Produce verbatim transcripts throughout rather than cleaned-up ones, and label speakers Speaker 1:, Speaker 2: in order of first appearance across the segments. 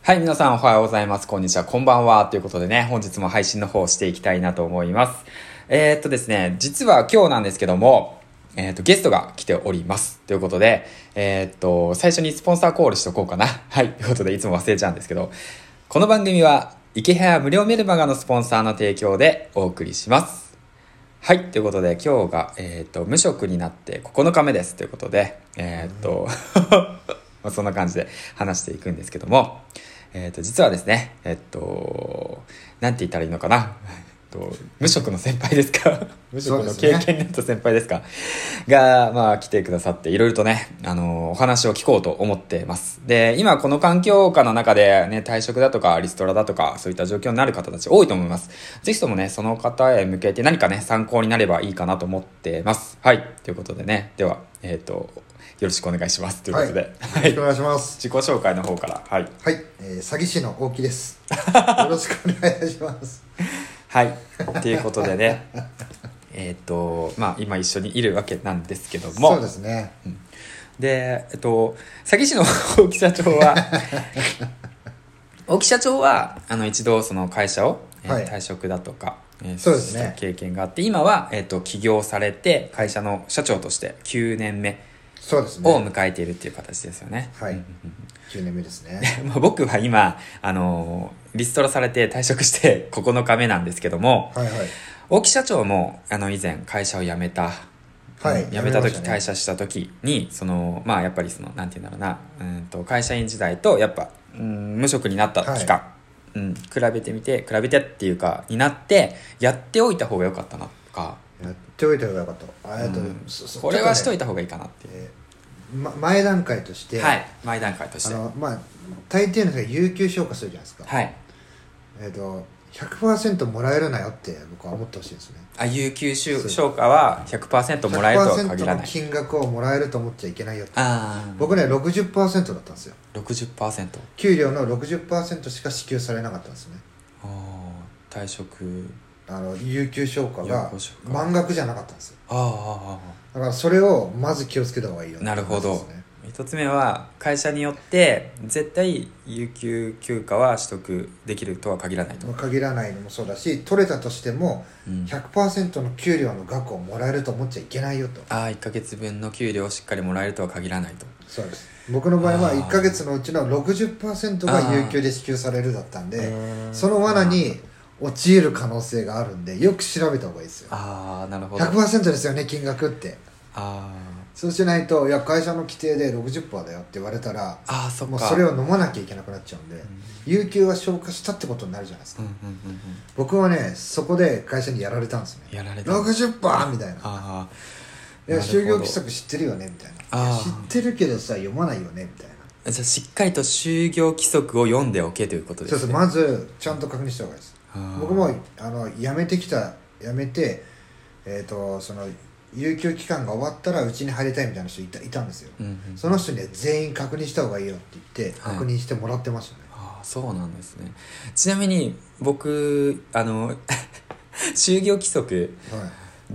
Speaker 1: はい、皆さんおはようございます。こんにちは、こんばんは。ということでね、本日も配信の方をしていきたいなと思います。えー、っとですね、実は今日なんですけども、えー、っと、ゲストが来ております。ということで、えー、っと、最初にスポンサーコールしとこうかな。はい、ということで、いつも忘れちゃうんですけど、この番組は、池早無料メルマガのスポンサーの提供でお送りします。はい、ということで、今日が、えー、っと、無職になってここのかめです。ということで、えー、っと、まあそんな感じで話していくんですけども、えっと、実はですね、えっと、なんて言ったらいいのかな。えっと、無職の先輩ですか無職の経験になった先輩ですかが、まあ、来てくださって、いろいろとね、あの、お話を聞こうと思っています。で、今この環境下の中でね、退職だとか、リストラだとか、そういった状況になる方たち多いと思います。ぜひともね、その方へ向けて何かね、参考になればいいかなと思ってます。はい。ということでね、では、えっと、よろしくお願いしますということで、
Speaker 2: はい、よろしくお願いします。
Speaker 1: 自己紹介の方からはい
Speaker 2: はい、えー、詐欺師の大木です。よろしくお願いいたします。
Speaker 1: はいということでねえっとまあ今一緒にいるわけなんですけども、
Speaker 2: そうですね、
Speaker 1: うん、でえっと詐欺師の大木社長は大木社長はあの一度その会社を、えーはい、退職だとかえー、そうですね、経験があって今は、えー、と起業されて会社の社長としてきゅうねんめ
Speaker 2: そうですね
Speaker 1: を迎えているっていう形ですよね。
Speaker 2: はい、きゅうねんめですね。
Speaker 1: 僕は今あのリストラされて退職してここのかめなんですけども、はいはい、大木社長もあの以前会社を辞めた、はい、辞めた時、ね、退社した時にそのまあやっぱりそのなんていうんだろうな、うんと会社員時代とやっぱ、うん、無職になった期間、はいうん、比べてみて比べてっていうかになってやっておいた方が良かったなとか。
Speaker 2: やっておいた方が良かった。あ、うん、
Speaker 1: これはしといた方がいいかなっていう、
Speaker 2: えーま、前段階として
Speaker 1: はい前段階として
Speaker 2: あの、まあ、大抵の人が有給消化するじゃないですか。
Speaker 1: はい
Speaker 2: えーと、ひゃくパーセント もらえるなよって僕は思ってほしいですね。
Speaker 1: あ、有給消化は ひゃくパーセント もらえるとは限らない。
Speaker 2: ひゃくパーセント の金額をもらえると思っちゃいけないよって。
Speaker 1: あ
Speaker 2: 僕ね ろくじゅっパーセント だったんですよ。
Speaker 1: ろくじゅっパーセント
Speaker 2: 給料の ろくじゅっパーセント しか支給されなかったんですね。
Speaker 1: ああ、退職
Speaker 2: あの有給消化が満額じゃなかったんですよ。
Speaker 1: あ
Speaker 2: あだからそれをまず気をつけた方がいいよ、ね、
Speaker 1: なるほど。一つ目は会社によって絶対有給休暇は取得できるとは限らないと。
Speaker 2: 限らないのもそうだし、取れたとしても ひゃくパーセント の給料の額をもらえると思っちゃいけないよと。
Speaker 1: ああ、いっかげつぶんの給料をしっかりもらえるとは限らないと。
Speaker 2: そうです。僕の場合はいっかげつのうちの ろくじゅっパーセント が有給で支給されるだったんで、その罠に陥る可能性があるんでよく調べた方がいいですよ。
Speaker 1: ああ、なるほど。
Speaker 2: ひゃくパーセント ですよね、金額って。
Speaker 1: ああ、
Speaker 2: そうしないと、いや会社の規定で ろくじゅっパーセント だよって言われたら、
Speaker 1: あ、そっか、
Speaker 2: もうそれを飲まなきゃいけなくなっちゃうんで、うん、有給は消化したってことになるじゃないですか、うんうんうんうん、僕はねそこで会社にやられたんですね。
Speaker 1: やられた
Speaker 2: ろくじゅっパーセント みたいな。
Speaker 1: あ
Speaker 2: いや就業規則知ってるよねみたいな。知ってるけどさ読まないよねみたいな。
Speaker 1: じゃあしっかりと就業規則を読んでおけということですね。
Speaker 2: そうそう、まずちゃんと確認した方がいいです。僕もあの辞めてきた辞めてえっ、ー、とその有給期間が終わったらうちに入りたいみたいな人いた、いたんですよ、うんうんうん、その人には全員確認した方がいいよって言って確認してもらってましたね、
Speaker 1: はい、ああ、そうなんですね。ちなみに僕あの就業規則、はい、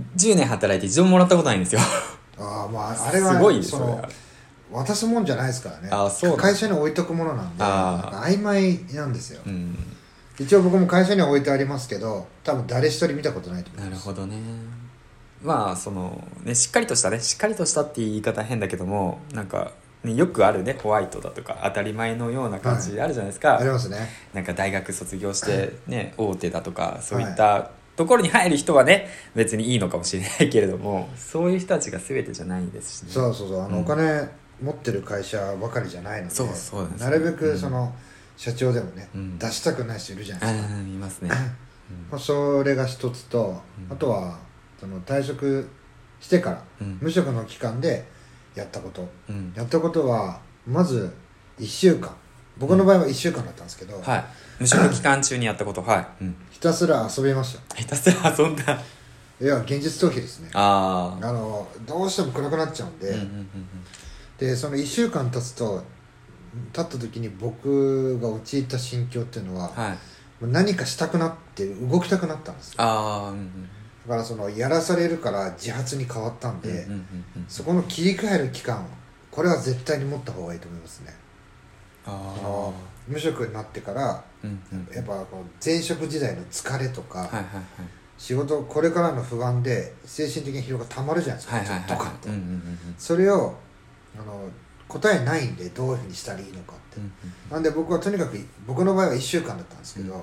Speaker 1: じゅうねん働いて一度ももらったことないんですよ。
Speaker 2: ああ、まああれは
Speaker 1: すごいです
Speaker 2: その渡すもんじゃないですからね。
Speaker 1: あ、そう
Speaker 2: 会社に置いとくものなんで曖昧なんですよ、うん、一応僕も会社には置いてありますけど多分誰一人見たことないと思います。
Speaker 1: なるほどね。まあそのね、しっかりとしたねしっかりとしたって言い方変だけどもなんか、ね、よくあるねホワイトだとか当たり前のような感じあるじゃないですか、はい、
Speaker 2: ありますね。
Speaker 1: なんか大学卒業してね、はい、大手だとかそういったところに入る人はね別にいいのかもしれないけれどもそういう人たちが全てじゃないですしね。
Speaker 2: そうそうそう、あの、うん、お金持ってる会社ばかりじゃないので、
Speaker 1: そうそうですね、
Speaker 2: なるべくその、うん、社長でもね、うん、出したくない人いるじゃないですか。
Speaker 1: あ、いますね、
Speaker 2: うん、それが一つと、うん、あとはその退職してから、うん、無職の期間でやったこと、うん、やったことはまずいっしゅうかん、僕の場合はいっしゅうかんだったんですけど、うん、
Speaker 1: はい、無職期間中にやったことはい、うん、
Speaker 2: ひたすら遊びました。
Speaker 1: ひたすら遊んだ。
Speaker 2: いや現実逃避ですね。
Speaker 1: あ
Speaker 2: あのどうしても暗くなっちゃうんで、うんうんうんうん、でそのいっしゅうかん経つと経った時に僕が陥った心境っていうのは、はい、何かしたくなって動きたくなったんです。
Speaker 1: あ、うんうん、
Speaker 2: だからそのやらされるから自発に変わったんで、うんうんうんうん、そこの切り替える期間これは絶対に持った方がいいと思いますね。
Speaker 1: あ
Speaker 2: 無職になってから、
Speaker 1: うんうん、
Speaker 2: やっぱこう前職時代の疲れとか、はいはいはい、仕事これからの不安で精神的に疲労がたまるじゃないですか、はいはいはい、ちょっとかっと、うんうんうん、それをあの答えないんでどういうふうにしたらいいのかって、うんうんうん、なんで僕はとにかく僕の場合はいっしゅうかんだったんですけど、うんうん、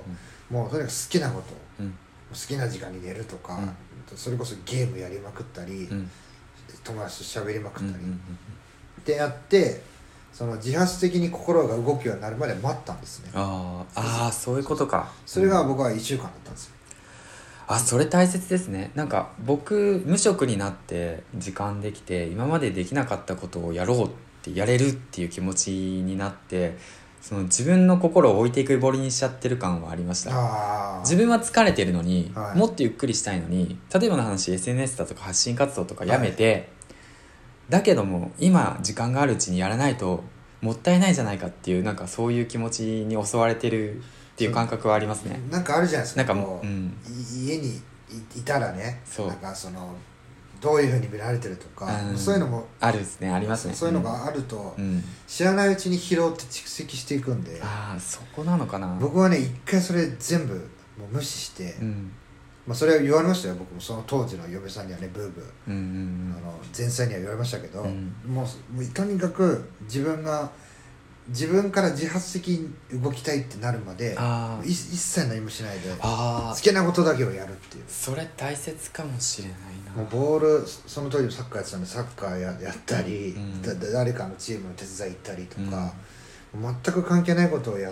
Speaker 2: もうとにかく好きなこと、うん、好きな時間に寝るとか、うん、それこそゲームやりまくったり、うん、友達と喋りまくったり、うんうんうん、ってやってその自発的に心が動くようになるまで待ったんですね。
Speaker 1: ああ、そういうことか。
Speaker 2: それが僕はいっしゅうかんだったんですよ。
Speaker 1: あ、それ大切ですね。なんか僕無職になって時間できて今までできなかったことをやろうってやれるっていう気持ちになって、その自分の心を置いていくぼりにしちゃってる感はありました。あ、自分は疲れてるのに、はい、もっとゆっくりしたいのに、例えばの話 エスエヌエス だとか発信活動とかやめて、はい、だけども今時間があるうちにやらないともったいないじゃないかっていう、なんかそういう気持ちに襲われてるっていう感覚はありますね。
Speaker 2: なんかあるじゃないですか。
Speaker 1: なんかもう、うん、
Speaker 2: 家に い, いたらね、なんかそのどういうふうに見られてるとか、うん、そういうのも
Speaker 1: あるですね、ありますね。
Speaker 2: そういうのがあると、うん、知らないうちに疲労って蓄積していくんで、
Speaker 1: ああ、そこなのかな。
Speaker 2: 僕はね一回それ全部もう無視して、うん、まあ、それは言われましたよ。僕もその当時の嫁さんにはね、ブーブー、うんうんうん、あの前妻には言われましたけど、うん、もう、もうとにかく自分が自分から自発的に動きたいってなるまで一切何もしないで好きなことだけをやるっていう。
Speaker 1: それ大切かもしれないな。
Speaker 2: もうボール、その当時サッカーやってたんでサッカー や, やったり、うん、だ誰かのチームの手伝い行ったりとか、うん、全く関係ないことをやって、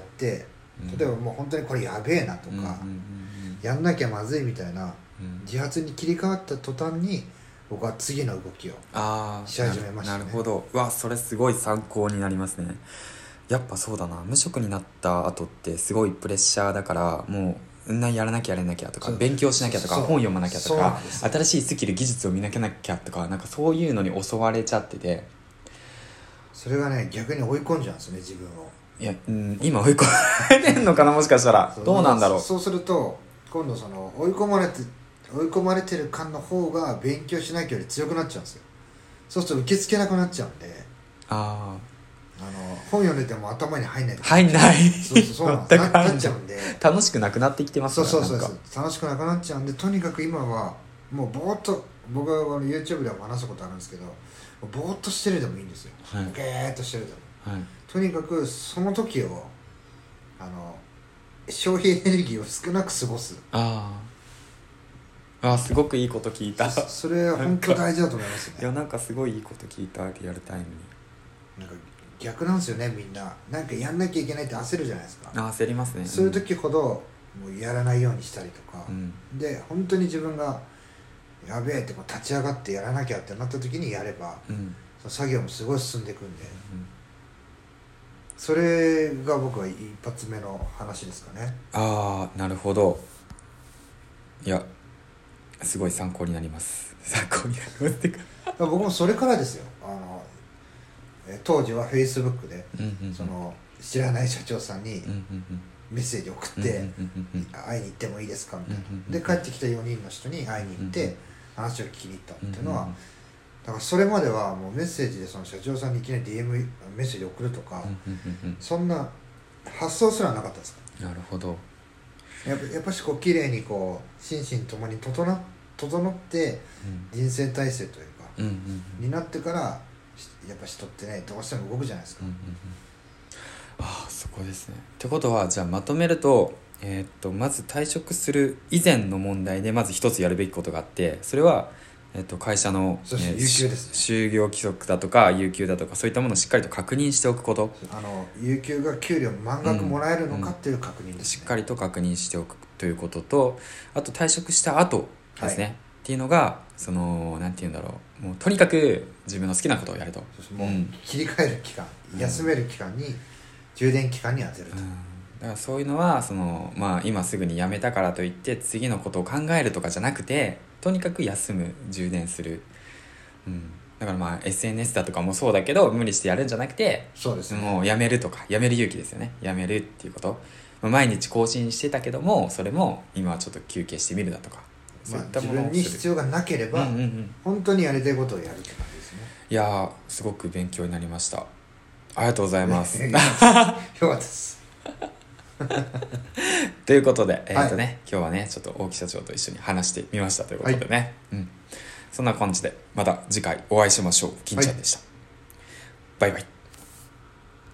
Speaker 2: 例えばもう本当にこれやべえなとか、うんうんうんうん、やんなきゃまずいみたいな、うん、自発に切り替わった途端に僕は次の動きをし始めましたね。
Speaker 1: な, なるほど。うわ、それすごい参考になりますね。やっぱそうだな、無職になった後ってすごいプレッシャーだから、もう何やらなきゃやらなきゃとか、勉強しなきゃとか、本読まなきゃとか、新しいスキル技術を磨けなきゃとか、なんかそういうのに襲われちゃってて、
Speaker 2: それがね逆に追い込んじゃうんですよね、自分を。
Speaker 1: いや、うん、今追い込まれてんのかな、もしかしたら。どうなんだろう。
Speaker 2: そうすると今度その追い込まれて追い込まれてる感の方が勉強しなきゃより強くなっちゃうんですよ。そうすると受け付けなくなっちゃうんで、あああの本読んでても頭に入んない
Speaker 1: 入んない
Speaker 2: そうそうそうなんな, なっちゃうんで、
Speaker 1: 楽しくなくなってきてます
Speaker 2: から。そうそうそうそう、楽しくなくなっちゃうんで、とにかく今はもうぼーっと、僕は YouTube でも話すことあるんですけど、ぼーっとしてるでもいいんですよ、はい、ゲーっとしてるでも、はい、とにかくその時をあの消費エネルギーを少なく過ごす。
Speaker 1: ああ、すごくいいこと聞いた。
Speaker 2: そ, それは本当大事だと思いますね。
Speaker 1: いや、なんかすごいいいこと聞いた、リアルタイムに。
Speaker 2: なんか逆なんですよね、みんな。なんかやんなきゃいけないって焦るじゃないですか。
Speaker 1: あ、焦りますね。
Speaker 2: そういう時ほどもうやらないようにしたりとか、うん、で本当に自分がやべえってこう立ち上がってやらなきゃってなった時にやれば、うん、その作業もすごい進んでいくんで、うん、それが僕は一発目の話ですかね。
Speaker 1: ああ、なるほど。いや、すごい参考になります。参考になりますってか
Speaker 2: 僕もそれからですよ。あの当時は Facebook で、うんうんうん、その知らない社長さんにメッセージ送って、うんうんうん、会いに行ってもいいですかみたいな、うんうんうん、で帰ってきたよにんの人に会いに行って話を聞きに行ったっていうのは、うんうんうん、だからそれまではもうメッセージでその社長さんにいきなり ディーエム メッセージ送るとか、うんうんうん、そんな発想すらなかったですか。
Speaker 1: なるほど。
Speaker 2: やっぱやっぱしこう綺麗にこう心身ともに整っ、整って人生体制というか、うんうんうん、になってからやっぱ人ってねどうしても動くじゃないですか、うんうんうん、
Speaker 1: ああ、そこですね。ってことはじゃあまとめると、えー、っとまず退職する以前の問題でまず一つやるべきことがあって、それは、えー、っと会社の、
Speaker 2: えー、有給ですね。
Speaker 1: 就業規則だとか有給だとかそういったものをしっかりと確認しておくこと。
Speaker 2: あの有給が給料満額もらえるのかっていう確認ですね、うんうん、
Speaker 1: しっかりと確認しておくということと、あと退職した後ですね、はい、っていうのがそのなんていうんだろう、もうとにかく自分の好きなことをやると。
Speaker 2: もう切り替える期間、うん、休める期間に充電期間に当てると、うん、
Speaker 1: だからそういうのはその、まあ、今すぐに辞めたからといって次のことを考えるとかじゃなくて、とにかく休む、充電する、うん、だからまあ エスエヌエス だとかもそうだけど無理してやるんじゃなくて、
Speaker 2: そうですね、
Speaker 1: もうやめるとか、やめる勇気ですよね。やめるっていうこと、毎日更新してたけどもそれも今はちょっと休憩してみるだとか、
Speaker 2: そういったものを、まあ、自分に必要がなければ、うんうんうん、本当にやりたいことをやるって感じですね。
Speaker 1: いやー、すごく勉強になりました。ありがとうございます。
Speaker 2: よかったです。
Speaker 1: ということで、えーとねはい、今日はねちょっと大木社長と一緒に話してみましたということでね、はい、うん、そんな感じでまた次回お会いしましょう。金ちゃんでした、はい、バイバイ。